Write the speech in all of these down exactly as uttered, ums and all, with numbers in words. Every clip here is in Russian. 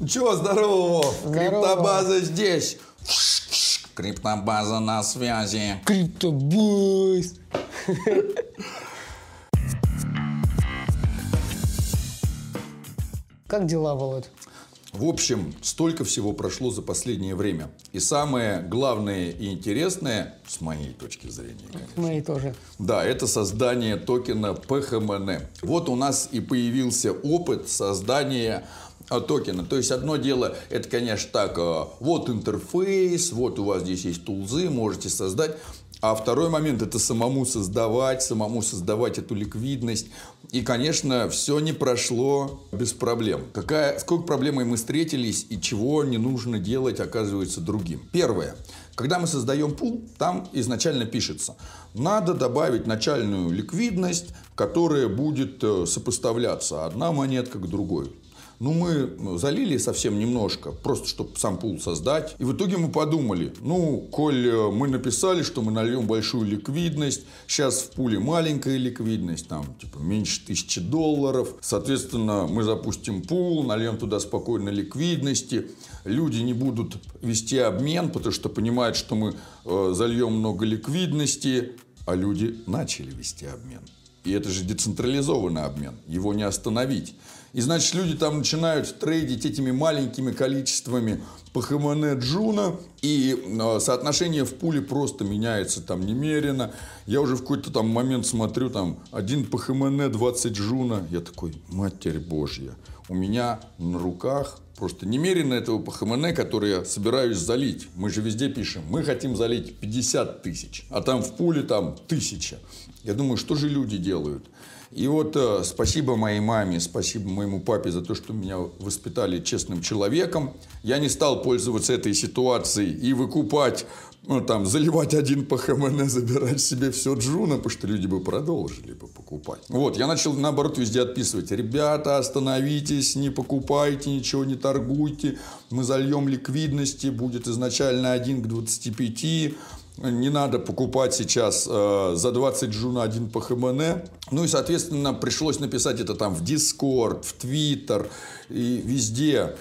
Чё, здорово, Вов? Здорово. Криптобаза здесь. Криптобаза на связи. Криптобойс. Как дела, Володь? В общем, столько всего прошло за последнее время. И самое главное и интересное, с моей точки зрения, конечно, Мои тоже. да, это создание токена пэ ха эм эн. Вот у нас и появился опыт создания а, токена. То есть одно дело, это, конечно, так, а, вот интерфейс, вот у вас здесь есть тулзы, можете создать. А второй момент – это самому создавать, самому создавать эту ликвидность. И, конечно, все не прошло без проблем. Какая, сколько проблемой мы встретились и чего не нужно делать, оказывается, другим. Первое. Когда мы создаем пул, там изначально пишется, надо добавить начальную ликвидность, которая будет сопоставляться одна монетка к другой. Ну, мы залили совсем немножко, просто чтобы сам пул создать. И в итоге мы подумали, ну, коль мы написали, что мы нальем большую ликвидность, сейчас в пуле маленькая ликвидность, там, типа, меньше тысячи долларов. Соответственно, мы запустим пул, нальем туда спокойно ликвидности. Люди не будут вести обмен, потому что понимают, что мы э, зальем много ликвидности, а люди начали вести обмен. И это же децентрализованный обмен, его не остановить. И значит, люди там начинают трейдить этими маленькими количествами пэ ха эм эн Джуна, и э, соотношение в пуле просто меняется там немерено. Я уже в какой-то там момент смотрю, там, один пэ ха эм эн двадцать Джуна, я такой, Матерь Божья, у меня на руках просто немерено этого пэ ха эм эн, который я собираюсь залить. Мы же везде пишем, мы хотим залить пятьдесят тысяч, а там в пуле там тысяча. Я думаю, что же люди делают? И вот э, спасибо моей маме, спасибо моему папе за то, что меня воспитали честным человеком. Я не стал пользоваться этой ситуацией и выкупать, ну, там, заливать один пэ ха эм эн, забирать себе все Джуна, потому что люди бы продолжили бы покупать. Вот, я начал, наоборот, везде отписывать. Ребята, остановитесь, не покупайте, ничего не торгуйте. Мы зальем ликвидности, будет изначально один к двадцати пяти. Не надо покупать сейчас э, за двадцать Джуна один пэ ха эм эн. Ну и, соответственно, пришлось написать это там в Дискорд, в Твиттер и везде.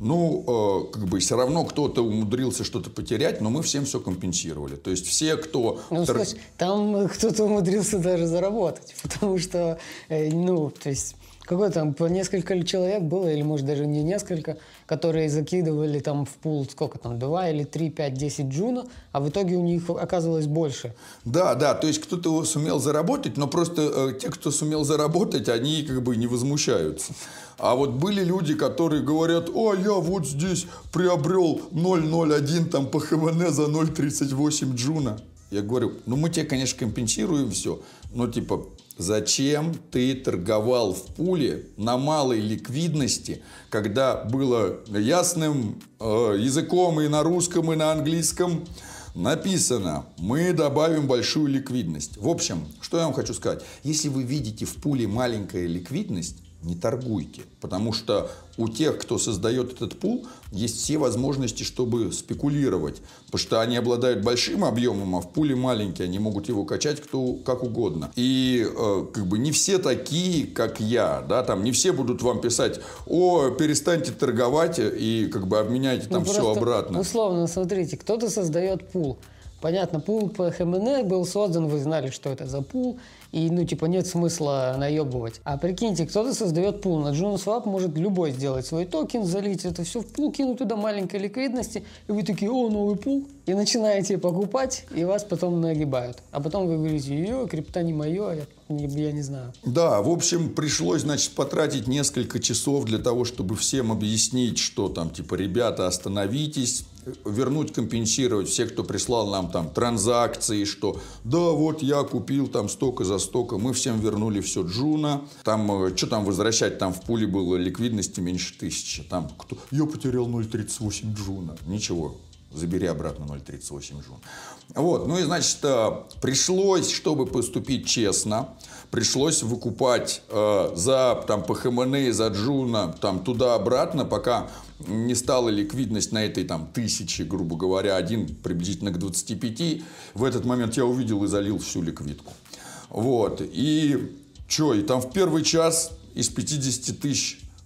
Ну, э, как бы все равно кто-то умудрился что-то потерять, но мы всем все компенсировали. То есть все, кто... Ну, тор... слушай, там кто-то умудрился даже заработать, потому что, э, ну, то есть... Какое там, по несколько человек было, или может даже не несколько, которые закидывали там в пул, сколько там, два или три, пять, десять Джуна, а в итоге у них оказалось больше. Да, да, то есть кто-то сумел заработать, но просто э, те, кто сумел заработать, они как бы не возмущаются. А вот были люди, которые говорят, о, я вот здесь приобрел ноль ноль один там пэ ха эм эн за ноль тридцать восемь Джуна. Я говорю, ну мы тебе, конечно, компенсируем все, но типа... Зачем ты торговал в пуле на малой ликвидности, когда было ясным э, языком и на русском, и на английском написано, мы добавим большую ликвидность. В общем, что я вам хочу сказать. Если вы видите в пуле маленькая ликвидность, не торгуйте. Потому что у тех, кто создает этот пул, есть все возможности, чтобы спекулировать. Потому что они обладают большим объемом, а в пуле маленький. Они могут его качать кто, как угодно. И э, как бы не все такие, как я. Да? Там не все будут вам писать, о, перестаньте торговать и как бы обменяйте там ну, все обратно. Условно, смотрите, кто-то создает пул. Понятно, пул пэ ха эм эн был создан, вы знали, что это за пул, и, ну, типа, нет смысла наебывать. А прикиньте, кто-то создает пул, на JunoSwap может любой сделать свой токен, залить это все в пул, кинуть туда маленькой ликвидности, и вы такие, о, новый пул, и начинаете покупать, и вас потом нагибают. А потом вы говорите, ее, крипта не мое, я, я не знаю. Да, в общем, пришлось, значит, потратить несколько часов для того, чтобы всем объяснить, что там, типа, ребята, остановитесь, вернуть, компенсировать всех, кто прислал нам там транзакции, что да, вот я купил там столько за столько, мы всем вернули все Джуна, там, что там возвращать, там в пуле было ликвидности меньше тысячи, там, кто, я потерял ноль тридцать восемь Джуна, ничего. Забери обратно ноль тридцать восемь Джуна. Вот, ну и, значит, пришлось, чтобы поступить честно, пришлось выкупать э, за там, пэ ха эм эн и за Джуна там, туда-обратно, пока не стала ликвидность на этой там тысяче, грубо говоря, один приблизительно к двадцати пяти. В этот момент я увидел и залил всю ликвидку. Вот, и что, и там в первый час из пятидесяти тысяч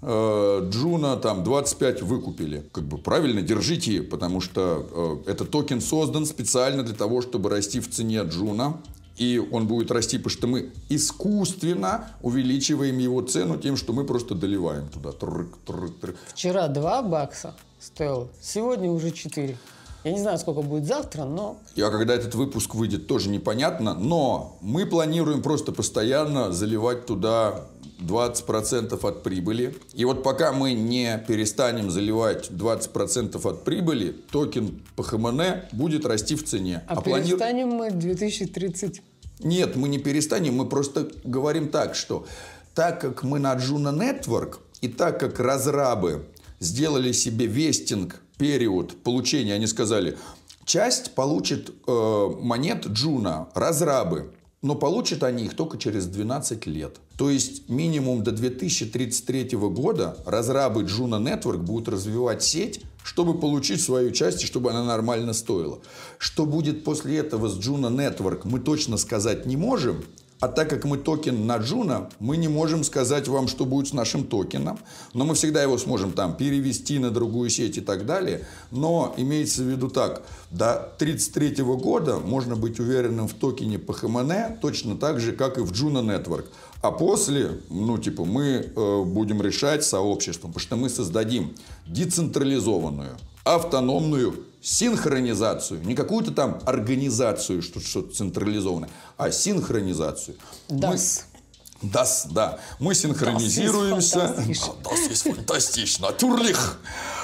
Джуна там двадцать пять выкупили. Как бы правильно, держите, потому что э, этот токен создан специально для того, чтобы расти в цене Джуна. И он будет расти, потому что мы искусственно увеличиваем его цену тем, что мы просто доливаем туда. Трррк, трррк, трррк. Вчера два бакса стоил, сегодня уже четыре. Я не знаю, сколько будет завтра, но... А когда этот выпуск выйдет, тоже непонятно. Но мы планируем просто постоянно заливать туда двадцать процентов от прибыли. И вот пока мы не перестанем заливать двадцать процентов от прибыли, токен пэ ха эм эн будет расти в цене. А, а перестанем плани... мы две тысячи тридцать? Нет, мы не перестанем. Мы просто говорим так, что так как мы на Juno Network и так как разрабы сделали себе вестинг период получения, они сказали, часть получит э, монет Juno, разрабы, но получат они их только через двенадцать лет. То есть минимум до две тысячи тридцать третьего года разрабы Juno Network будут развивать сеть, чтобы получить свою часть и чтобы она нормально стоила. Что будет после этого с Juno Network, мы точно сказать не можем. А так как мы токен на Juno, мы не можем сказать вам, что будет с нашим токеном. Но мы всегда его сможем там перевести на другую сеть и так далее. Но имеется в виду так, до тридцать третьего года можно быть уверенным в токене пэ ха эм эн точно так же, как и в Juno Network. А после, ну типа, мы э, будем решать сообществом, потому что мы создадим децентрализованную, автономную синхронизацию, не какую-то там организацию, что-то что централизованное, а синхронизацию. дас. Мы... дас, да. Мы синхронизируемся. дас есть фантастично. Тюрлих.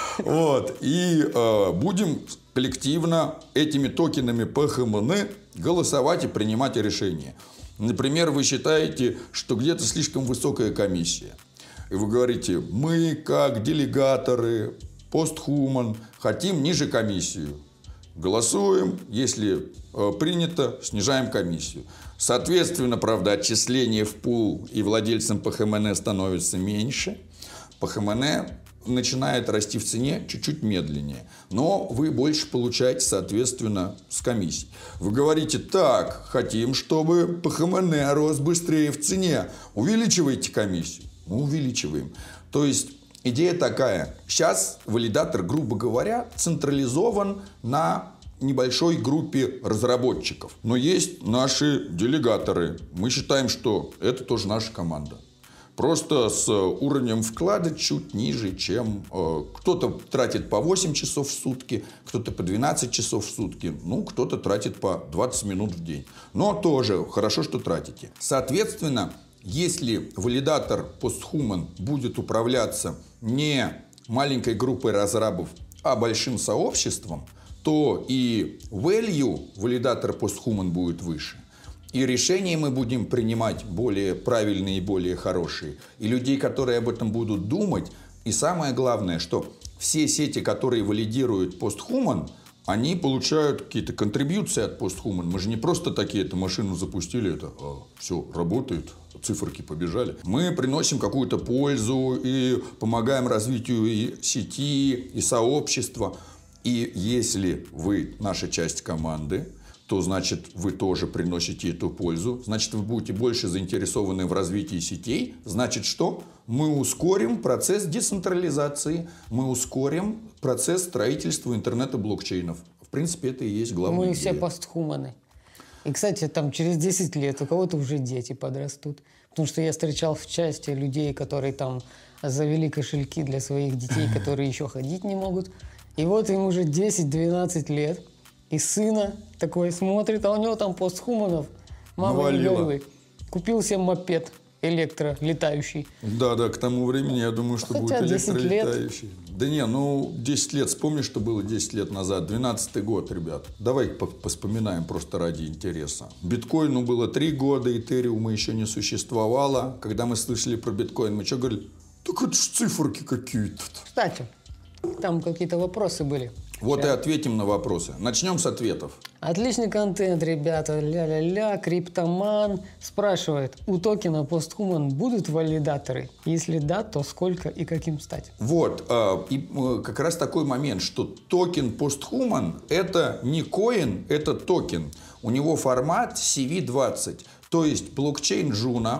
Вот. И э, будем коллективно этими токенами пэ ха эм эн голосовать и принимать решения. Например, вы считаете, что где-то слишком высокая комиссия. И вы говорите, мы как делегаторы Posthuman хотим ниже комиссию. Голосуем, если э, принято, снижаем комиссию. Соответственно, правда, отчисление в пул и владельцам пэ ха эм эн становится меньше. пэ ха эм эн начинает расти в цене чуть-чуть медленнее. Но вы больше получаете, соответственно, с комиссией. Вы говорите, так, хотим, чтобы пэ ха эм эн рос быстрее в цене. Увеличивайте комиссию. Мы увеличиваем. То есть идея такая. Сейчас валидатор, грубо говоря, централизован на небольшой группе разработчиков. Но есть наши делегаторы. Мы считаем, что это тоже наша команда. Просто с уровнем вклада чуть ниже, чем э, кто-то тратит по восемь часов в сутки, кто-то по двенадцать часов в сутки, ну, кто-то тратит по двадцать минут в день. Но тоже хорошо, что тратите. Соответственно, если валидатор Posthuman будет управляться не маленькой группой разрабов, а большим сообществом, то и value валидатора Posthuman будет выше. И решения мы будем принимать более правильные и более хорошие. И людей, которые об этом будут думать. И самое главное, что все сети, которые валидируют Posthuman, они получают какие-то контрибьюции от Posthuman. Мы же не просто такие, эту машину запустили, это а, все работает, циферки побежали. Мы приносим какую-то пользу и помогаем развитию и сети, и сообщества. И если вы наша часть команды, то значит вы тоже приносите эту пользу, значит вы будете больше заинтересованы в развитии сетей, значит что? Мы ускорим процесс децентрализации, мы ускорим процесс строительства интернета блокчейнов. В принципе, это и есть главная Мы идея. все постхуманы. И, кстати, там через десять лет у кого-то уже дети подрастут. Потому что я встречал в части людей, которые там завели кошельки для своих детей, которые еще ходить не могут. И вот им уже десять-двенадцать лет. И сына такой смотрит, а у него там постхуманов. Мама не горюй. Купил себе мопед электро летающий. Да, да, к тому времени я думаю, что Хотя будет электролетающий. десять лет. Да не, ну десять лет, вспомни, что было десять лет назад, двенадцатый год, ребят. Давай поспоминаем просто ради интереса. Биткоину было три года, Этериума еще не существовало. Когда мы слышали про биткоин, мы что говорили? Так это ж циферки какие-то. Кстати, там какие-то вопросы были. Вот да. И ответим на вопросы. Начнем с ответов. Отличный контент, ребята. Ля-ля-ля. Криптоман спрашивает, у токена Posthuman будут валидаторы? Если да, то сколько и каким стать? Вот. И как раз такой момент, что токен Posthuman это не коин, это токен. У него формат си ви двадцать. То есть блокчейн Juno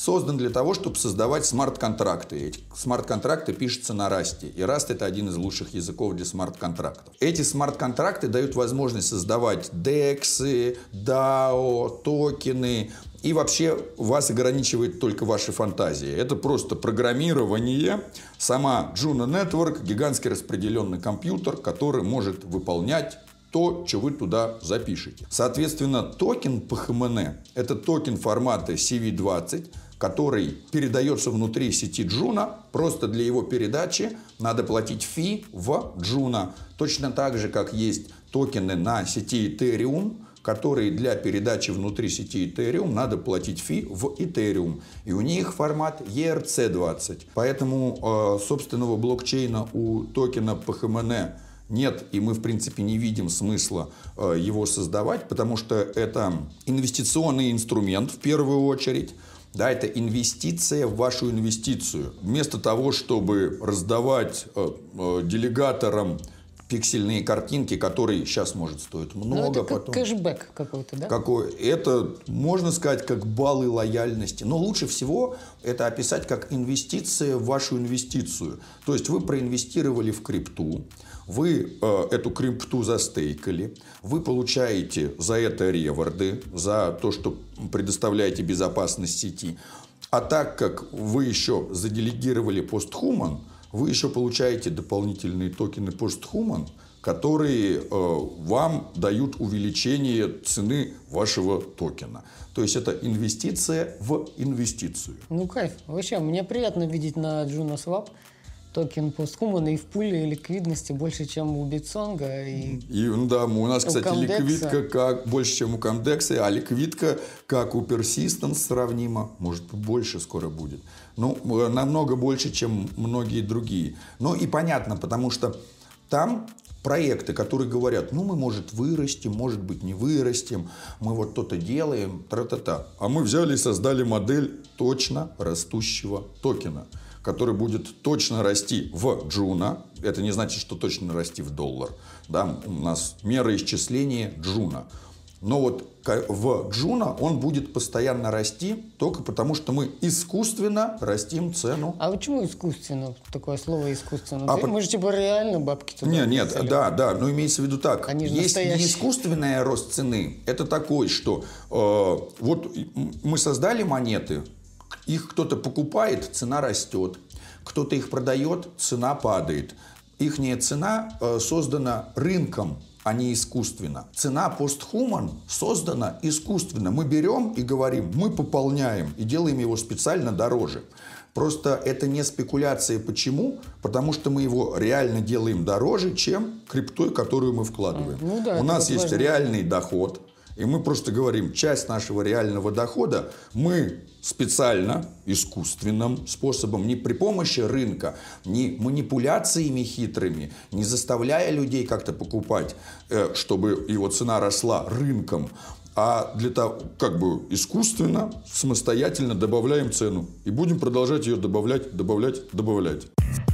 создан для того, чтобы создавать смарт-контракты. Эти смарт-контракты пишутся на Rust. И Rust — это один из лучших языков для смарт-контрактов. Эти смарт-контракты дают возможность создавать дексы, дао, токены. И вообще вас ограничивает только ваша фантазия. Это просто программирование. Сама Juno Network — гигантский распределенный компьютер, который может выполнять то, что вы туда запишете. Соответственно, токен пэ эйч эм эн — это токен формата си ви двадцать, который передается внутри сети Juno. Просто для его передачи надо платить фи в Juno. Точно так же, как есть токены на сети Ethereum, которые для передачи внутри сети Ethereum надо платить фи в Ethereum. И у них формат и эр си двадцать. Поэтому э, собственного блокчейна у токена пэ эйч эм эн нет, и мы, в принципе, не видим смысла э, его создавать, потому что это инвестиционный инструмент, в первую очередь. Да, это инвестиция в вашу инвестицию. Вместо того, чтобы раздавать э, э, делегаторам пиксельные картинки, которые сейчас может стоить много. Ну, это как потом... кэшбэк какой-то, да? Какой? Это, можно сказать, как баллы лояльности. Но лучше всего это описать как инвестиция в вашу инвестицию. То есть вы проинвестировали в крипту, вы э, эту крипту застейкали, вы получаете за это реворды, за то, что предоставляете безопасность сети. А так как вы еще заделегировали постхуман, вы еще получаете дополнительные токены постхуман, которые э, вам дают увеличение цены вашего токена. То есть это инвестиция в инвестицию. Ну, кайф. Вообще, мне приятно видеть на JunoSwap токен постхумана и в пуле ликвидности больше, чем у Битсонга. И, и да, у нас, у кстати, Comdex. Ликвидка как, больше, чем у Comdex, а ликвидка, как у Persistence, сравнима. Может, больше скоро будет. Ну, намного больше, чем многие другие. Ну, и понятно, потому что там проекты, которые говорят, ну, мы, может, вырастем, может быть, не вырастем, мы вот то-то делаем, тра-та-та. А мы взяли и создали модель точно растущего токена, который будет точно расти в Juno. Это не значит, что точно расти в доллар. Да, у нас мера исчисления Juno. Но вот в Juno он будет постоянно расти только потому, что мы искусственно растим цену. А почему искусственно? Такое слово искусственно. А мы по... же типа реально бабки туда Нет, нет, бросили. да, да, но имеется в виду так. Они же есть настоящие. не искусственный рост цены. Это такой, что э, вот мы создали монеты, их кто-то покупает, цена растет. Кто-то их продает, цена падает. Ихняя цена э, создана рынком, а не искусственно. Цена постхуман создана искусственно. Мы берем и говорим, мы пополняем и делаем его специально дороже. Просто это не спекуляция. Почему? Потому что мы его реально делаем дороже, чем криптой, которую мы вкладываем. А, ну да, У нас есть важно. реальный доход. И мы просто говорим, часть нашего реального дохода мы специально, искусственным способом, не при помощи рынка, не манипуляциями хитрыми, не заставляя людей как-то покупать, чтобы его цена росла рынком, а для того, как бы искусственно, самостоятельно добавляем цену. И будем продолжать ее добавлять, добавлять, добавлять.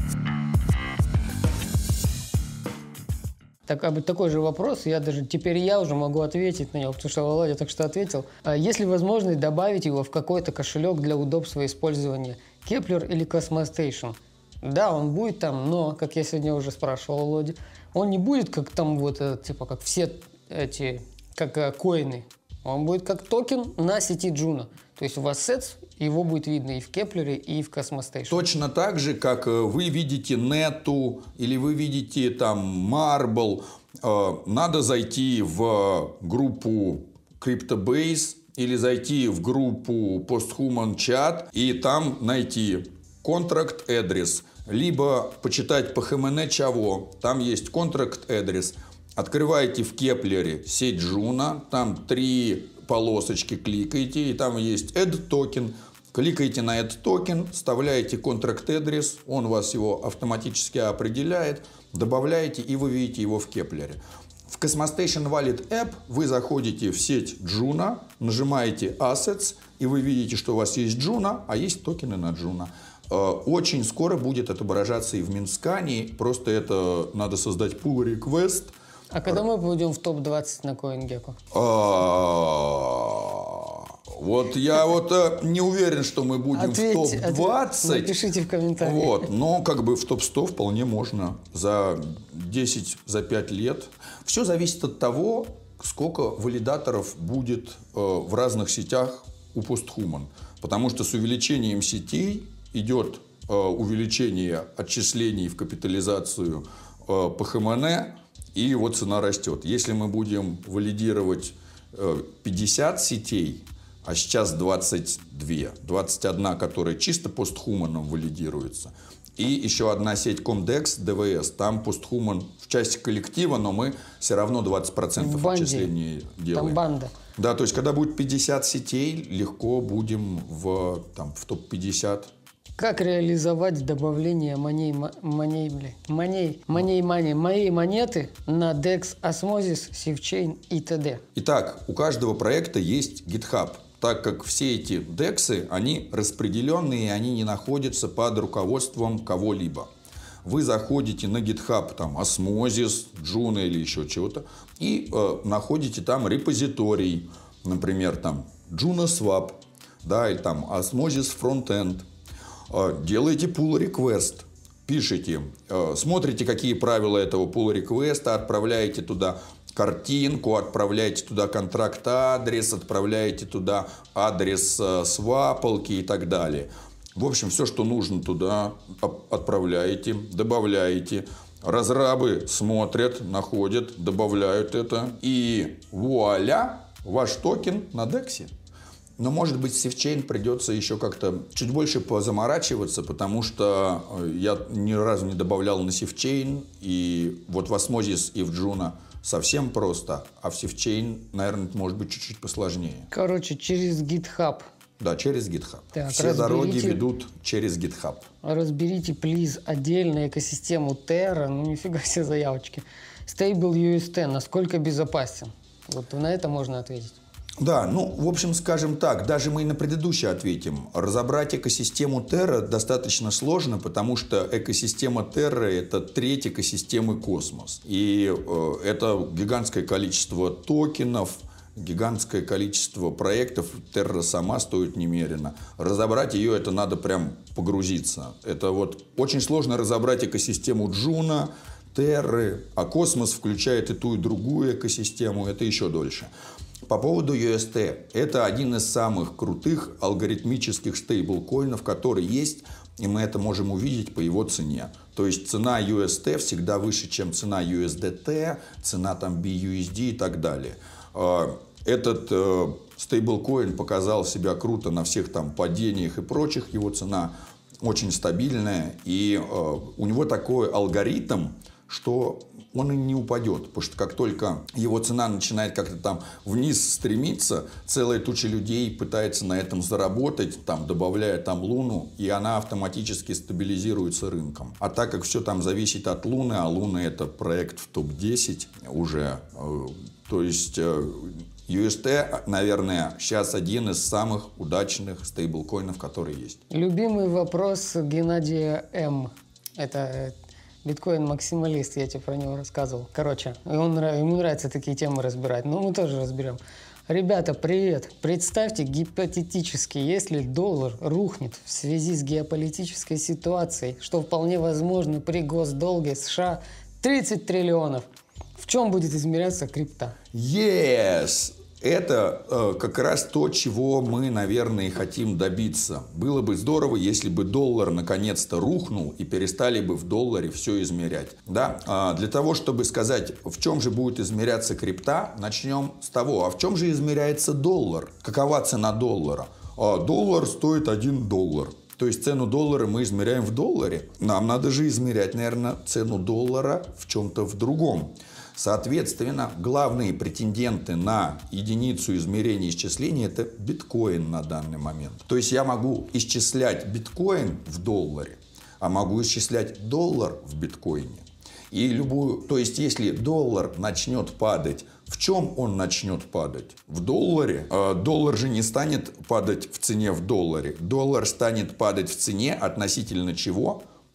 Так, а такой же вопрос, я даже теперь я уже могу ответить на него, потому что Володя так что ответил. А есть ли возможность добавить его в какой-то кошелек для удобства использования? Кеплер или Cosmostation? Да, он будет там, но, как я сегодня уже спрашивал Володя, он не будет как там вот, типа, как все эти, как а, коины. Он будет как токен на сети Juno. То есть у вас сетс, его будет видно и в Кеплере, и в Cosmostation. Точно так же, как вы видите Нету или вы видите там Marble, надо зайти в группу CryptoBase или зайти в группу Posthuman Chat и там найти Contract Address, либо почитать по эйч эм эн Чаво, там есть Contract Address. Открываете в Кеплере сеть Juno, там три полосочки кликаете, и там есть Add Token. Кликаете на Add Token, вставляете Contract Address, он вас его автоматически определяет, добавляете, и вы видите его в Кеплере. В Cosmostation Wallet App вы заходите в сеть Juno, нажимаете Assets, и вы видите, что у вас есть Juno, а есть токены на Juno. Очень скоро будет отображаться и в Минскане, просто это надо создать pull request. А когда мы пойдем в топ двадцать на CoinGecko? Вот я вот э, не уверен, что мы будем Ответьте, в топ двадцать. Напишите в комментариях. Вот, но как бы в топ сто вполне можно за десять, за пять лет. Все зависит от того, сколько валидаторов будет э, в разных сетях у Posthuman. Потому что с увеличением сетей идет э, увеличение отчислений в капитализацию э, пэ ха эм эн, и его цена растет. Если мы будем валидировать э, пятьдесят сетей, а сейчас двадцать две, двадцать одна, которая чисто Posthuman валидируется, и еще одна сеть Comdex, дэ вэ эс, там Posthuman в части коллектива, но мы все равно двадцать процентов отчислений делаем. Там банда. Да, то есть, когда будет пятьдесят сетей, легко будем в, там, в топ пятьдесят. Как реализовать добавление моней, моней, бля, моней, моней, моней, моей монеты на декс, Osmosis, SafeChain и т.д.? Итак, у каждого проекта есть GitHub, так как все эти дексы, они распределенные, они не находятся под руководством кого-либо. Вы заходите на GitHub, там, Osmosis, Juno или еще чего-то, и э, находите там репозиторий, например, там, JunoSwap, да, или там Osmosis Frontend. Э, делаете pull request, пишите, э, смотрите, какие правила этого pull request, отправляете туда картинку, отправляете туда контракт-адрес, отправляете туда адрес э, свапалки и так далее. В общем, все, что нужно, туда отправляете, добавляете. Разрабы смотрят, находят, добавляют это. И вуаля, ваш токен на дексе. Но, может быть, с SafeChain придется еще как-то чуть больше позаморачиваться, потому что я ни разу не добавлял на SafeChain. И вот в Osmosis и в Juno совсем просто, а в SafeChain, наверное, это может быть чуть-чуть посложнее. Короче, через GitHub. Да, через GitHub. Так, все дороги ведут через GitHub. Разберите, плиз, отдельно экосистему Terra, ну нифига себе заявочки. Stable ю эс ти, насколько безопасен? Вот на это можно ответить. Да, ну, в общем, скажем так, даже мы и на предыдущее ответим. Разобрать экосистему Terra достаточно сложно, потому что экосистема Terra – это треть экосистемы Космос. И э, это гигантское количество токенов, гигантское количество проектов. Terra сама стоит немерено. Разобрать ее, это надо прям погрузиться. Это вот очень сложно разобрать экосистему Juno, Terra, а Космос включает и ту, и другую экосистему. Это еще дольше. По поводу ю эс ти. Это один из самых крутых алгоритмических стейблкоинов, который есть. И мы это можем увидеть по его цене. То есть цена ю эс ти всегда выше, чем цена ю эс ди ти, цена там би ю эс ди и так далее. Этот э, стейблкоин показал себя круто на всех там падениях и прочих. Его цена очень стабильная. И э, у него такой алгоритм, что он и не упадет. Потому что как только его цена начинает как-то там вниз стремиться, целая туча людей пытается на этом заработать, там, добавляя там Луну, и она автоматически стабилизируется рынком. А так как все там зависит от Луны, а Луна это проект в топ десять уже, э, то есть... Э, ю эс ти, наверное, сейчас один из самых удачных стейблкоинов, которые есть. Любимый вопрос Геннадия М. Это биткоин-максималист, я тебе про него рассказывал. Короче, он, ему нравится такие темы разбирать, но мы тоже разберем. Ребята, привет! Представьте гипотетически, если доллар рухнет в связи с геополитической ситуацией, что вполне возможно при госдолге США тридцать триллионов. В чем будет измеряться крипта? Yes! Это э, как раз то, чего мы, наверное, и хотим добиться. Было бы здорово, если бы доллар наконец-то рухнул и перестали бы в долларе все измерять. Да? А для того, чтобы сказать, в чем же будет измеряться крипта, начнем с того, а в чем же измеряется доллар? Какова цена доллара? А, доллар стоит один доллар. То есть цену доллара мы измеряем в долларе. Нам надо же измерять, наверное, цену доллара в чем-то в другом. Соответственно, главные претенденты на единицу измерения исчисления – это биткоин на данный момент. То есть я могу исчислять биткоин в долларе, а могу исчислять доллар в биткоине. И любую, то есть если доллар начнет падать, в чем он начнет падать? В долларе. А доллар же не станет падать в цене в долларе. Доллар станет падать в цене относительно чего?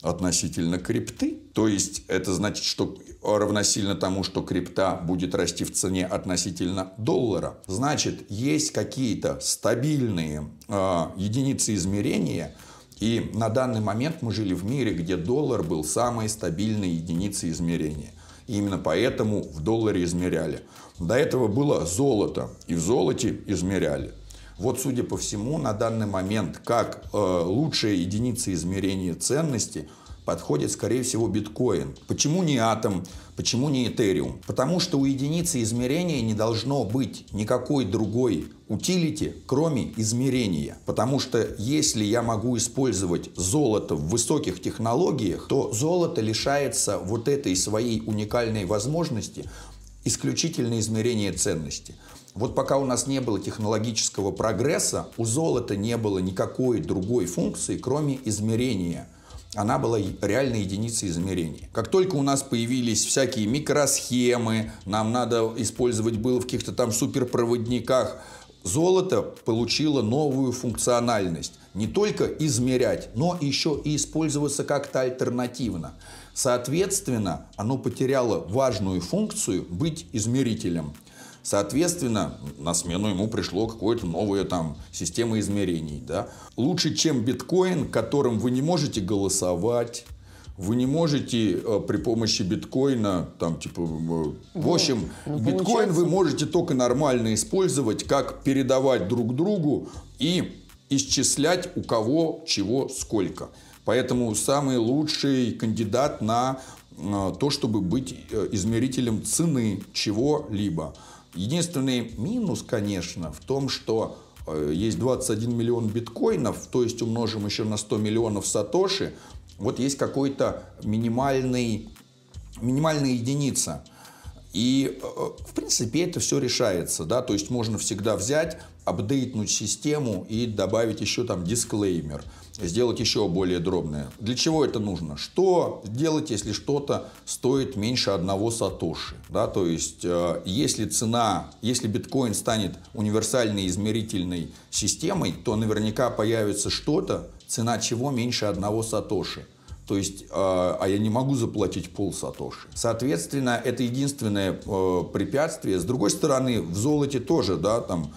относительно крипты. То есть это значит, что равносильно тому, что крипта будет расти в цене относительно доллара. Значит, есть какие-то стабильные э, единицы измерения. И на данный момент мы жили в мире, где доллар был самой стабильной единицей измерения. И именно поэтому в долларе измеряли. До этого было золото, и в золоте измеряли. Вот, судя по всему, на данный момент как э, лучшая единица измерения ценности подходит, скорее всего, биткоин. Почему не атом? Почему не этериум? Потому что у единицы измерения не должно быть никакой другой утилити, кроме измерения. Потому что если я могу использовать золото в высоких технологиях, то золото лишается вот этой своей уникальной возможности исключительно измерения ценности. Вот пока у нас не было технологического прогресса, у золота не было никакой другой функции, кроме измерения. Она была реальной единицей измерения. Как только у нас появились всякие микросхемы, нам надо использовать было в каких-то там суперпроводниках, золото получило новую функциональность. Не только измерять, но еще и использоваться как-то альтернативно. Соответственно, оно потеряло важную функцию быть измерителем. Соответственно, на смену ему пришло какое-то новая там система измерений. Да? Лучше, чем биткоин, которым вы не можете голосовать, вы не можете э, при помощи биткоина, там, типа, э, в общем, ну, биткоин получается... вы можете только нормально использовать, как передавать друг другу и исчислять у кого чего сколько. Поэтому самый лучший кандидат на э, то, чтобы быть э, измерителем цены чего-либо. Единственный минус, конечно, в том, что э, есть двадцать один миллион биткоинов, то есть умножим еще на сто миллионов сатоши, вот есть какой-то минимальный, минимальная единица. И, э, в принципе, это все решается, да, то есть можно всегда взять, апдейтнуть систему и добавить еще там дисклеймер, сделать еще более дробное. Для чего это нужно? Что делать, если что-то стоит меньше одного сатоши? Да? То есть, э, если цена, если биткоин станет универсальной измерительной системой, то наверняка появится что-то, цена чего меньше одного сатоши. То есть, э, а я не могу заплатить пол сатоши. Соответственно, это единственное э, препятствие. С другой стороны, в золоте тоже, да, там,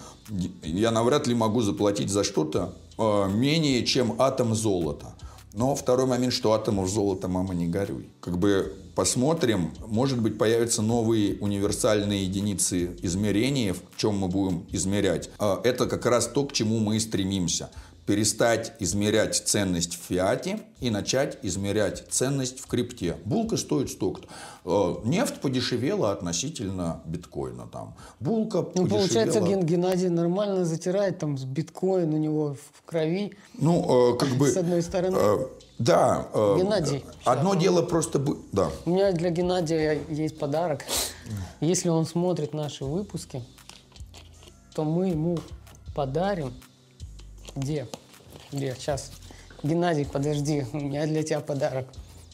я навряд ли могу заплатить за что-то э, менее, чем атом золота. Но второй момент, что атомов золота, мама, не горюй. Как бы посмотрим, может быть, появятся новые универсальные единицы измерения, в чем мы будем измерять. Э, это как раз то, к чему мы и стремимся. Перестать измерять ценность в фиате и начать измерять ценность в крипте. Булка стоит столько-то. Э, нефть подешевела относительно биткоина. Там. Булка ну, подешевела. Получается, Ген Геннадий нормально затирает там с биткоин у него в крови. Ну, э, как бы... С одной стороны. Э, да. Э, Геннадий. Одно сейчас. дело просто... Да. У меня для Геннадия есть подарок. Если он смотрит наши выпуски, то мы ему подарим... Где? Где? Сейчас. Геннадий, подожди, у меня для тебя подарок.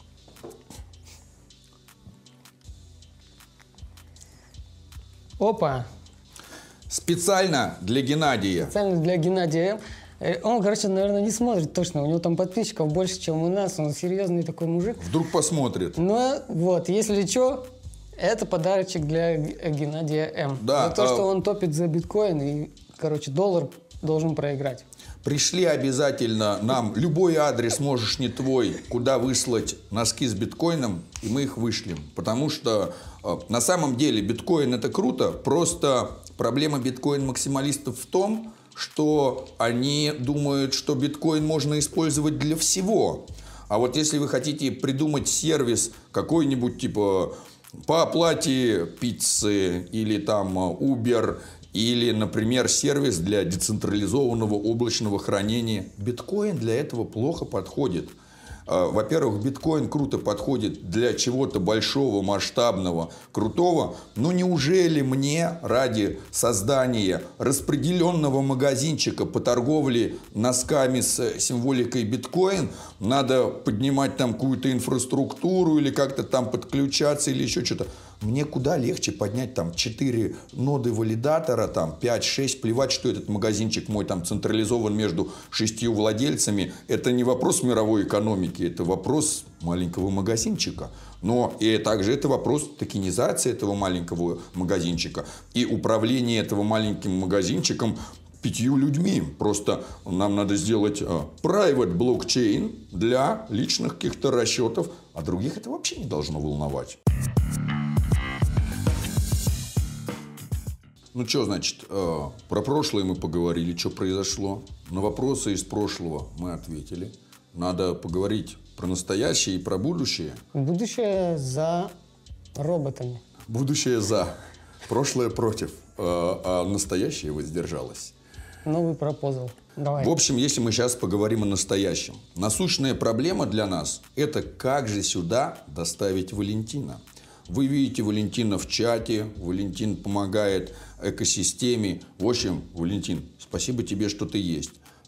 Опа! Специально для Геннадия. Специально для Геннадия. Он, короче, наверное, не смотрит точно. У него там подписчиков больше, чем у нас. Он серьезный такой мужик. Вдруг посмотрит. Ну, вот, если что, это подарочек для Геннадия М. Да, за то, а... что он топит за биткоин и, короче, доллар должен проиграть. Пришли обязательно нам, любой адрес можешь не твой, куда выслать носки с биткоином, и мы их вышлем. Потому что э, на самом деле биткоин это круто, просто проблема биткоин-максималистов в том, что они думают, что биткоин можно использовать для всего. А вот если вы хотите придумать сервис какой-нибудь типа по оплате пиццы или там Uber, или, например, сервис для децентрализованного облачного хранения. Биткоин для этого плохо подходит. Во-первых, биткоин круто подходит для чего-то большого, масштабного, крутого. Но неужели мне ради создания распределенного магазинчика по торговле носками с символикой биткоин надо поднимать там какую-то инфраструктуру или как-то там подключаться или еще что-то? Мне куда легче поднять там четыре ноды валидатора, там пять-шесть, плевать, что этот магазинчик мой там централизован между шестью владельцами. Это не вопрос мировой экономики. маленький, это вопрос маленького магазинчика. Но и также это вопрос токенизации этого маленького магазинчика и управления этого маленьким магазинчиком пятью людьми. Просто нам надо сделать private блокчейн для личных каких-то расчетов, а других это вообще не должно волновать. Ну что, значит, про прошлое мы поговорили, что произошло. На вопросы из прошлого мы ответили. Надо поговорить про настоящее и про будущее. Будущее за роботами. Будущее за. Прошлое против. А настоящее воздержалось. Новый пропозал. Давай. В общем, если мы сейчас поговорим о настоящем. Насущная проблема для нас – это как же сюда доставить Валентина. Вы видите Валентина в чате, Валентин помогает экосистеме. В общем, Валентин, спасибо тебе, что ты есть.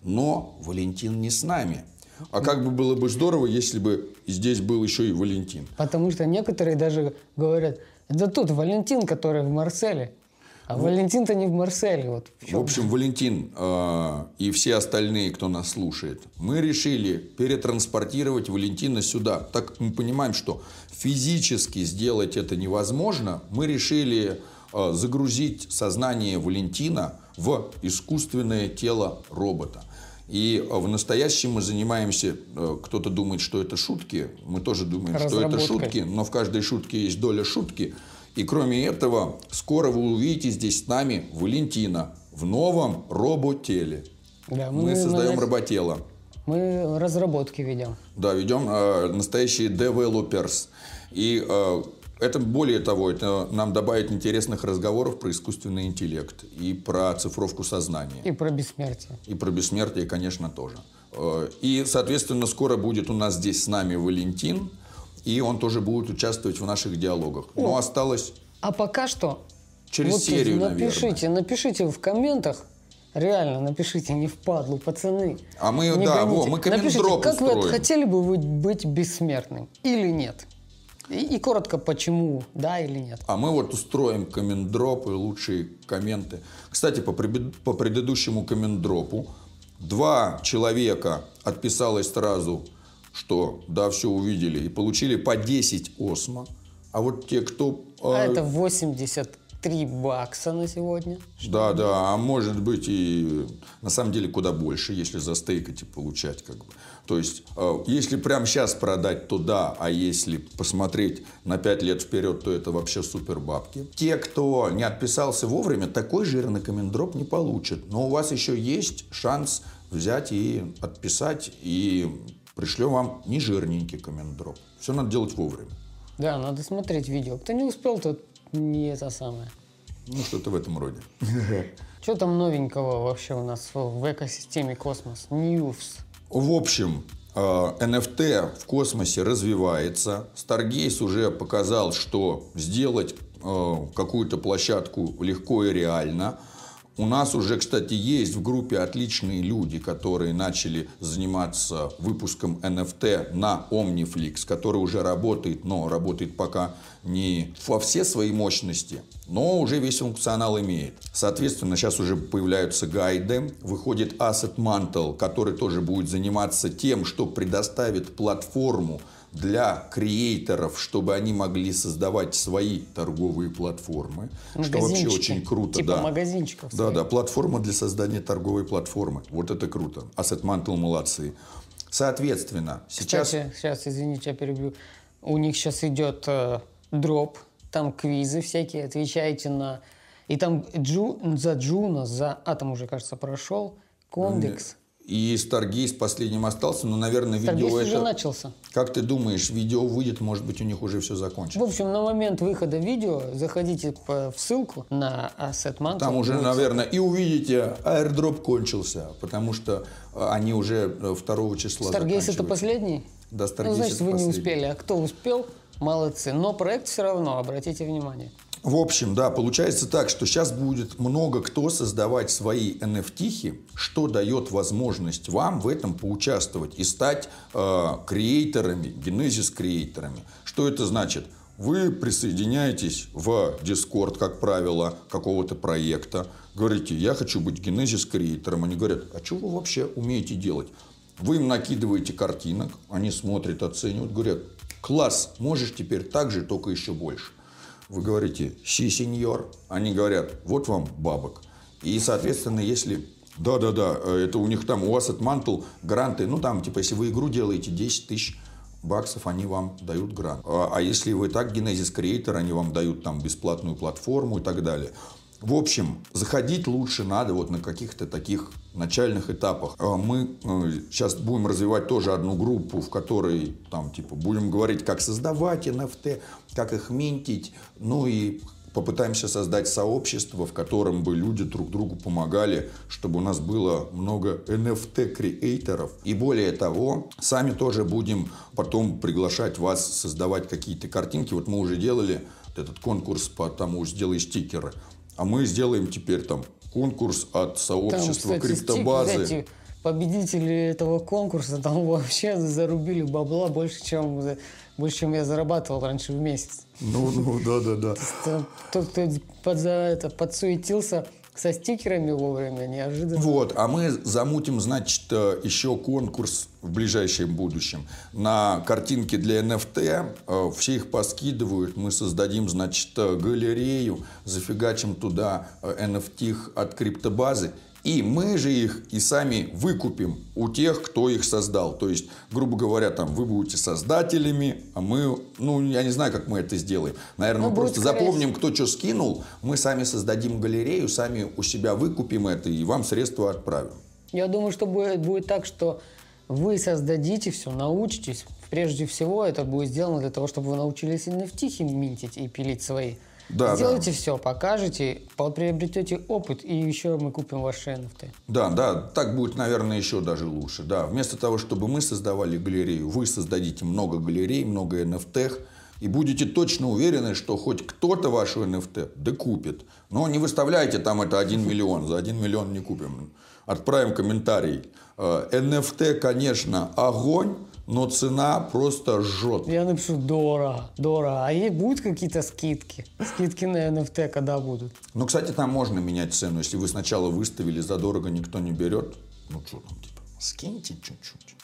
Но Валентин не с нами. А как бы было бы здорово, если бы здесь был еще и Валентин. Потому что некоторые даже говорят, это тот Валентин, который в Марселе. А ну, Валентин-то не в Марселе. Вот в, в общем, Валентин э, и все остальные, кто нас слушает, мы решили перетранспортировать Валентина сюда. Так как мы понимаем, что физически сделать это невозможно, мы решили э, загрузить сознание Валентина в искусственное тело робота. И в настоящем мы занимаемся, кто-то думает, что это шутки, мы тоже думаем, что это шутки, но в каждой шутке есть доля шутки. И кроме этого, скоро вы увидите здесь с нами Валентина в новом роботеле. Да, мы, мы создаем мы, роботело. Мы разработки ведем. Да, ведем э, настоящие developers. И э, это, более того, это нам добавит интересных разговоров про искусственный интеллект и про цифровку сознания. И про бессмертие. И про бессмертие, конечно, тоже. И, соответственно, скоро будет у нас здесь с нами Валентин, и он тоже будет участвовать в наших диалогах. О, но осталось... А пока что... Через вот серию, напишите, наверное. Напишите в комментах, реально напишите, не впадлу, пацаны. А мы, да, во, мы коммент-дроп как устроим. Вы хотели бы вы быть бессмертным или нет? И, и коротко, почему, да или нет. А мы вот устроим коммент-дроп и лучшие комменты. Кстати, по, пред, по предыдущему коммент-дропу два человека отписалось сразу, что да, все увидели, и получили по десять осмо. А вот те, кто... А э... это восемьдесят три бакса на сегодня. Да, да, а может быть и на самом деле куда больше, если застейкать и получать как бы. То есть, э, если прямо сейчас продать, то да, а если посмотреть на пять лет вперед, то это вообще супер бабки. Те, кто не отписался вовремя, такой жирный коммент-дроп не получат. Но у вас еще есть шанс взять и отписать, и пришлем вам не жирненький коммент-дроп. Все надо делать вовремя. Да, надо смотреть видео. Кто не успел, тот не это самое. Ну, что-то в этом роде. Что там новенького вообще у нас в экосистеме космос? News. В общем, эн эф ти в космосе развивается. Stargaze уже показал, что сделать какую-то площадку легко и реально. У нас уже, кстати, есть в группе отличные люди, которые начали заниматься выпуском эн эф ти на Omniflix, который уже работает, но работает пока не во все свои мощности, но уже весь функционал имеет. Соответственно, сейчас уже появляются гайды, выходит Asset Mantle, который тоже будет заниматься тем, что предоставит платформу для креаторов, чтобы они могли создавать свои торговые платформы, что вообще очень круто. Типа да. магазинчиков. Да, да, платформа для создания торговой платформы. Вот это круто. Asset Mantle молодцы. Соответственно, сейчас... Кстати, сейчас, извините, я перебью. У них сейчас идет э, дроп, там квизы всякие, отвечаете на... И там Джу... за Джуна, за Атом уже, кажется, прошел, Кондекс. И Stargaze последним остался, но, наверное, Stargaze видео уже это... начался. Как ты думаешь, видео выйдет, может быть, у них уже все закончится? В общем, на момент выхода видео заходите в ссылку на Asset Mantle. Там уже, наверное, и увидите, airdrop кончился, потому что они уже второго числа Stargaze это последний? Да, Stargaze ну, значит, это вы последний. не успели. А кто успел, молодцы. Но проект все равно, обратите внимание. В общем, да, получается так, что сейчас будет много кто создавать свои эн эф ти-хи, что дает возможность вам в этом поучаствовать и стать э, креаторами, генезис-креаторами. Что это значит? Вы присоединяетесь в Discord, как правило, какого-то проекта, говорите, я хочу быть генезис-креатором. Они говорят, а что вы вообще умеете делать? Вы им накидываете картинок, они смотрят, оценивают, говорят, класс, можешь теперь так же, только еще больше. Вы говорите, си, сеньор. Они говорят, вот вам бабок. И, соответственно, если... Да-да-да, это у них там, у вас от Mantle гранты, ну там, типа, если вы игру делаете десять тысяч баксов, они вам дают грант. А, а если вы так Genesis Creator, они вам дают там бесплатную платформу и так далее. В общем, заходить лучше надо вот на каких-то таких начальных этапах. Мы сейчас будем развивать тоже одну группу, в которой там типа будем говорить, как создавать эн эф ти, как их минтить, ну и попытаемся создать сообщество, в котором бы люди друг другу помогали, чтобы у нас было много эн эф ти-креаторов. И более того, сами тоже будем потом приглашать вас создавать какие-то картинки. Вот мы уже делали этот конкурс по тому, сделай стикеры. А мы сделаем теперь там конкурс от сообщества там, кстати, криптобазы. Стик, знаете, победители этого конкурса там вообще зарубили бабла больше, чем, больше, чем я зарабатывал раньше в месяц. Ну, ну, да-да-да. Тот, кто под, за это, подсуетился со стикерами вовремя, неожиданно. Вот, а мы замутим, значит, еще конкурс в ближайшем будущем на картинки для эн эф ти. Все их поскидывают, мы создадим, значит, галерею, зафигачим туда эн эф ти от криптобазы. И мы же их и сами выкупим у тех, кто их создал. То есть, грубо говоря, там вы будете создателями, а мы, ну, я не знаю, как мы это сделаем. Наверное, ну, мы просто запомним, кто что скинул, мы сами создадим галерею, сами у себя выкупим это и вам средства отправим. Я думаю, что будет, будет так, что вы создадите все, научитесь. Прежде всего, это будет сделано для того, чтобы вы научились эн эф ти минтить и пилить свои. Да, Сделайте да. все, покажете, приобретете опыт, и еще мы купим ваши эн эф ти. Да, да, так будет, наверное, еще даже лучше. Да. Вместо того, чтобы мы создавали галерею, вы создадите много галерей, много эн эф ти, и будете точно уверены, что хоть кто-то вашу эн эф ти докупит. Но не выставляйте там это один миллион, за один миллион не купим. Отправим комментарий. эн эф ти, конечно, огонь, но цена просто жжет. Я напишу дорого, дорого. А ей будут какие-то скидки? Скидки на эн эф ти когда будут? Ну, кстати, там можно менять цену. Если вы сначала выставили задорого, никто не берет. Ну, что там, типа, скиньте чуть-чуть.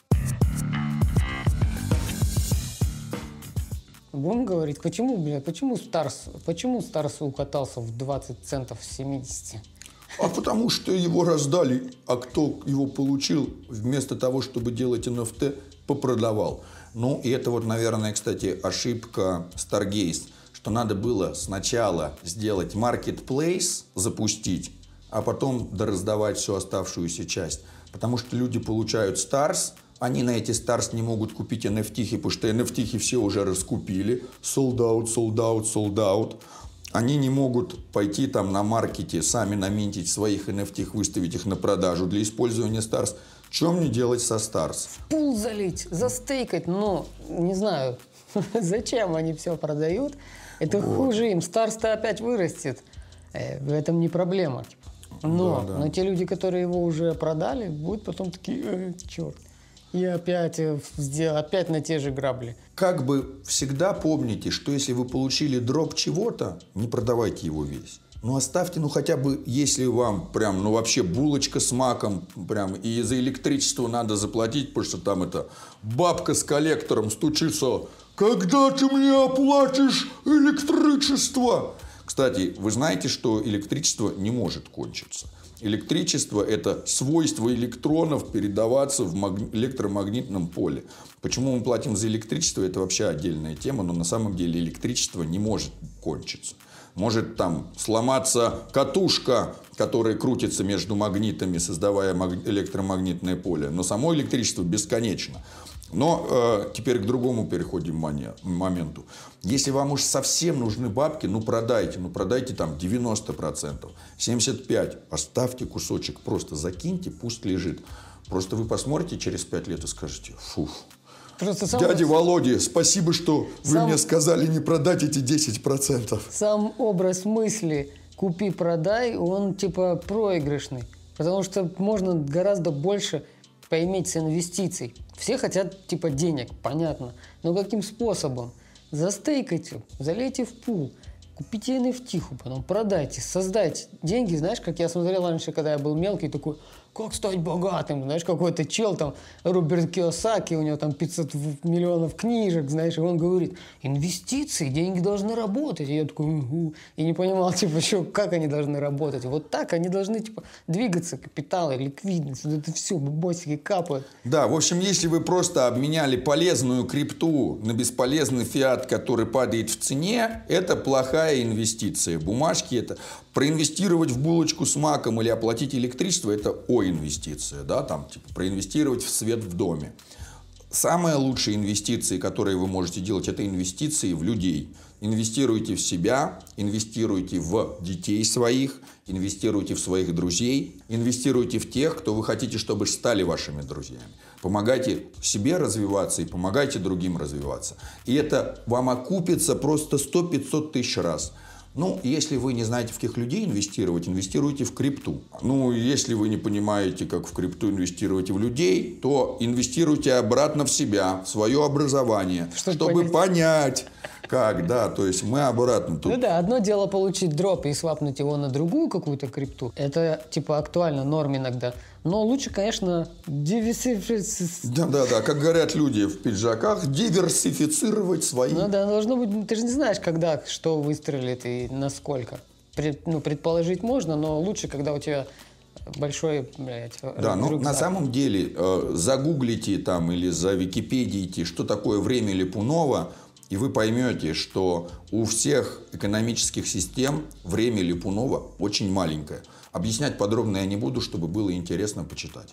Будем говорить, почему, бля, почему Старс, почему Старс укатался в двадцать центов с семидесяти? А потому что его раздали, а кто его получил, вместо того, чтобы делать эн эф ти, попродавал. Ну, и это вот, наверное, кстати, ошибка Stargaze, что надо было сначала сделать marketplace, запустить, а потом дораздавать всю оставшуюся часть. Потому что люди получают Stars, они на эти Stars не могут купить эн эф ти, потому что эн эф ти все уже раскупили. Sold out, sold out, sold out. Они не могут пойти там на маркете, сами наминтить своих эн эф ти, выставить их на продажу для использования Stars. Что мне делать со Stars? В пул залить, застейкать, но не знаю, зачем они все продают. Это вот. Хуже им. Stars-то опять вырастет. В этом не проблема. Но, да, да. но те люди, которые его уже продали, будут потом такие, э, черт. И опять, опять на те же грабли. Как бы всегда помните, что если вы получили дроп чего-то, не продавайте его весь. Ну, оставьте, ну, хотя бы, если вам прям, ну, вообще булочка с маком, прям, и за электричество надо заплатить, потому что там это бабка с коллектором стучится. Когда ты мне оплатишь электричество? Кстати, вы знаете, что электричество не может кончиться. Электричество – это свойство электронов передаваться в маг... электромагнитном поле. Почему мы платим за электричество – это вообще отдельная тема, но на самом деле электричество не может кончиться. Может там сломаться катушка, которая крутится между магнитами, создавая маг... электромагнитное поле, но само электричество бесконечно. Но э, теперь к другому переходим моменту. Если вам уж совсем нужны бабки, ну продайте, ну продайте там девяносто процентов, семьдесят пять процентов, оставьте кусочек, просто закиньте, пусть лежит. Просто вы посмотрите через пять лет и скажете, фу. Сам... Дядя Володя, спасибо, что вы сам... мне сказали не продать эти десять процентов. Сам образ мысли «купи-продай», он типа проигрышный. Потому что можно гораздо больше поиметь с инвестиций. Все хотят типа денег, понятно. Но каким способом? Застейкайте, залейте в пул, купите эн эф ти, потом продайте, создайте деньги. Знаешь, как я смотрел раньше, когда я был мелкий, такой, как стать богатым, знаешь, какой-то чел там, Роберт Кийосаки, у него там пятьсот миллионов книжек, знаешь, и он говорит, инвестиции, деньги должны работать. И я такой, угу. И не понимал, типа, что, как они должны работать. Вот так они должны, типа, двигаться, капиталы, ликвидность, вот это все, бабосики капают. Да, в общем, если вы просто обменяли полезную крипту на бесполезный фиат, который падает в цене, это плохая инвестиция. Бумажки это... Проинвестировать в булочку с маком или оплатить электричество – это о-инвестиция, да, там, типа, проинвестировать в свет в доме. Самые лучшие инвестиции, которые вы можете делать, это инвестиции в людей. Инвестируйте в себя, инвестируйте в детей своих, инвестируйте в своих друзей, инвестируйте в тех, кто вы хотите, чтобы стали вашими друзьями. Помогайте себе развиваться и помогайте другим развиваться. И это вам окупится просто сто-пятьсот тысяч раз. Ну, если вы не знаете, в каких людей инвестировать, инвестируйте в крипту. Ну, если вы не понимаете, как в крипту инвестировать в людей, то инвестируйте обратно в себя, в свое образование, Что чтобы понять? понять, как, да, то есть мы обратно тут. Ну да, одно дело получить дроп и свапнуть его на другую какую-то крипту. Это, типа, актуально, норм иногда. Но лучше, конечно, диверсифицировать. Да, да, да, как говорят люди в пиджаках, диверсифицировать свои. Ну да, должно быть, ты же не знаешь, когда, что выстрелит и насколько. Пред, ну, предположить можно, но лучше, когда у тебя большой, блядь, Да, ну рюкзак. на самом деле э, загуглите там или завикипедиите, что такое время Липунова, и вы поймете, что у всех экономических систем время Липунова очень маленькое. Объяснять подробно я не буду, чтобы было интересно почитать.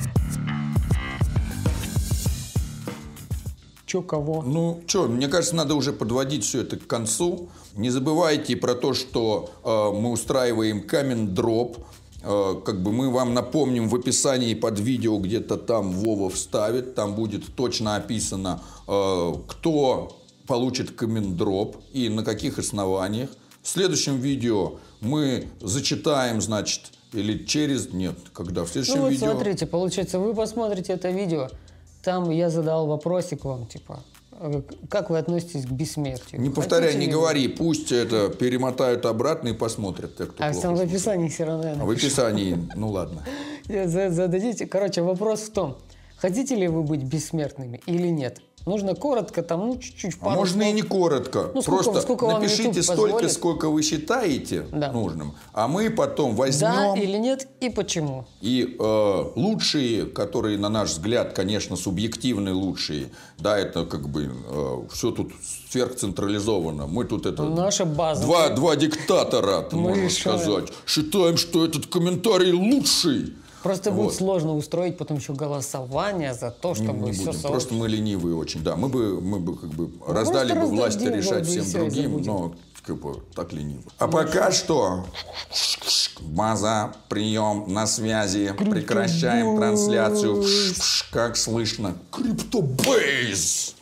Чё, кого? Ну, что, мне кажется, надо уже подводить все это к концу. Не забывайте про то, что э, мы устраиваем камен-дроп. Э, как бы мы вам напомним в описании под видео, где-то там Вова вставит. Там будет точно описано, э, кто получит камен-дроп и на каких основаниях. В следующем видео мы зачитаем, значит, или через... Нет, когда? В следующем Ну вот видео... смотрите, получается, вы посмотрите это видео, там я задал вопросик вам, типа, э, как вы относитесь к бессмертию? Не повторяй, Хотите не ли говори, пусть это перемотают обратно и посмотрят. Те, кто вы? А плохо там в слушает. описании все равно я А в напишу. описании, ну ладно. За- Зададите. Короче, вопрос в том, хотите ли вы быть бессмертными или нет? Нужно коротко, там, ну, чуть-чуть, А пару можно и слов. не коротко. Ну, сколько- Просто сколько вам напишите YouTube столько, позволит. сколько вы считаете Да. нужным, а мы потом возьмем Да или нет и почему? и э, лучшие, которые, на наш взгляд, конечно, субъективные лучшие, да, это как бы э, все тут сверхцентрализовано. Мы тут это... Наша база. Два, два диктатора, Мы можно решаем. сказать. Считаем, что этот комментарий лучший. Просто Вот. будет сложно устроить потом еще голосование за то, Не, чтобы не все будем. Просто мы ленивые очень. Да, мы бы, мы бы как бы раздали бы раздадим, власть как бы, решать и всем всё, и другим, забудем. но как бы так лениво. А пока что база, прием, на связи, прекращаем трансляцию. Как слышно? Криптобейс!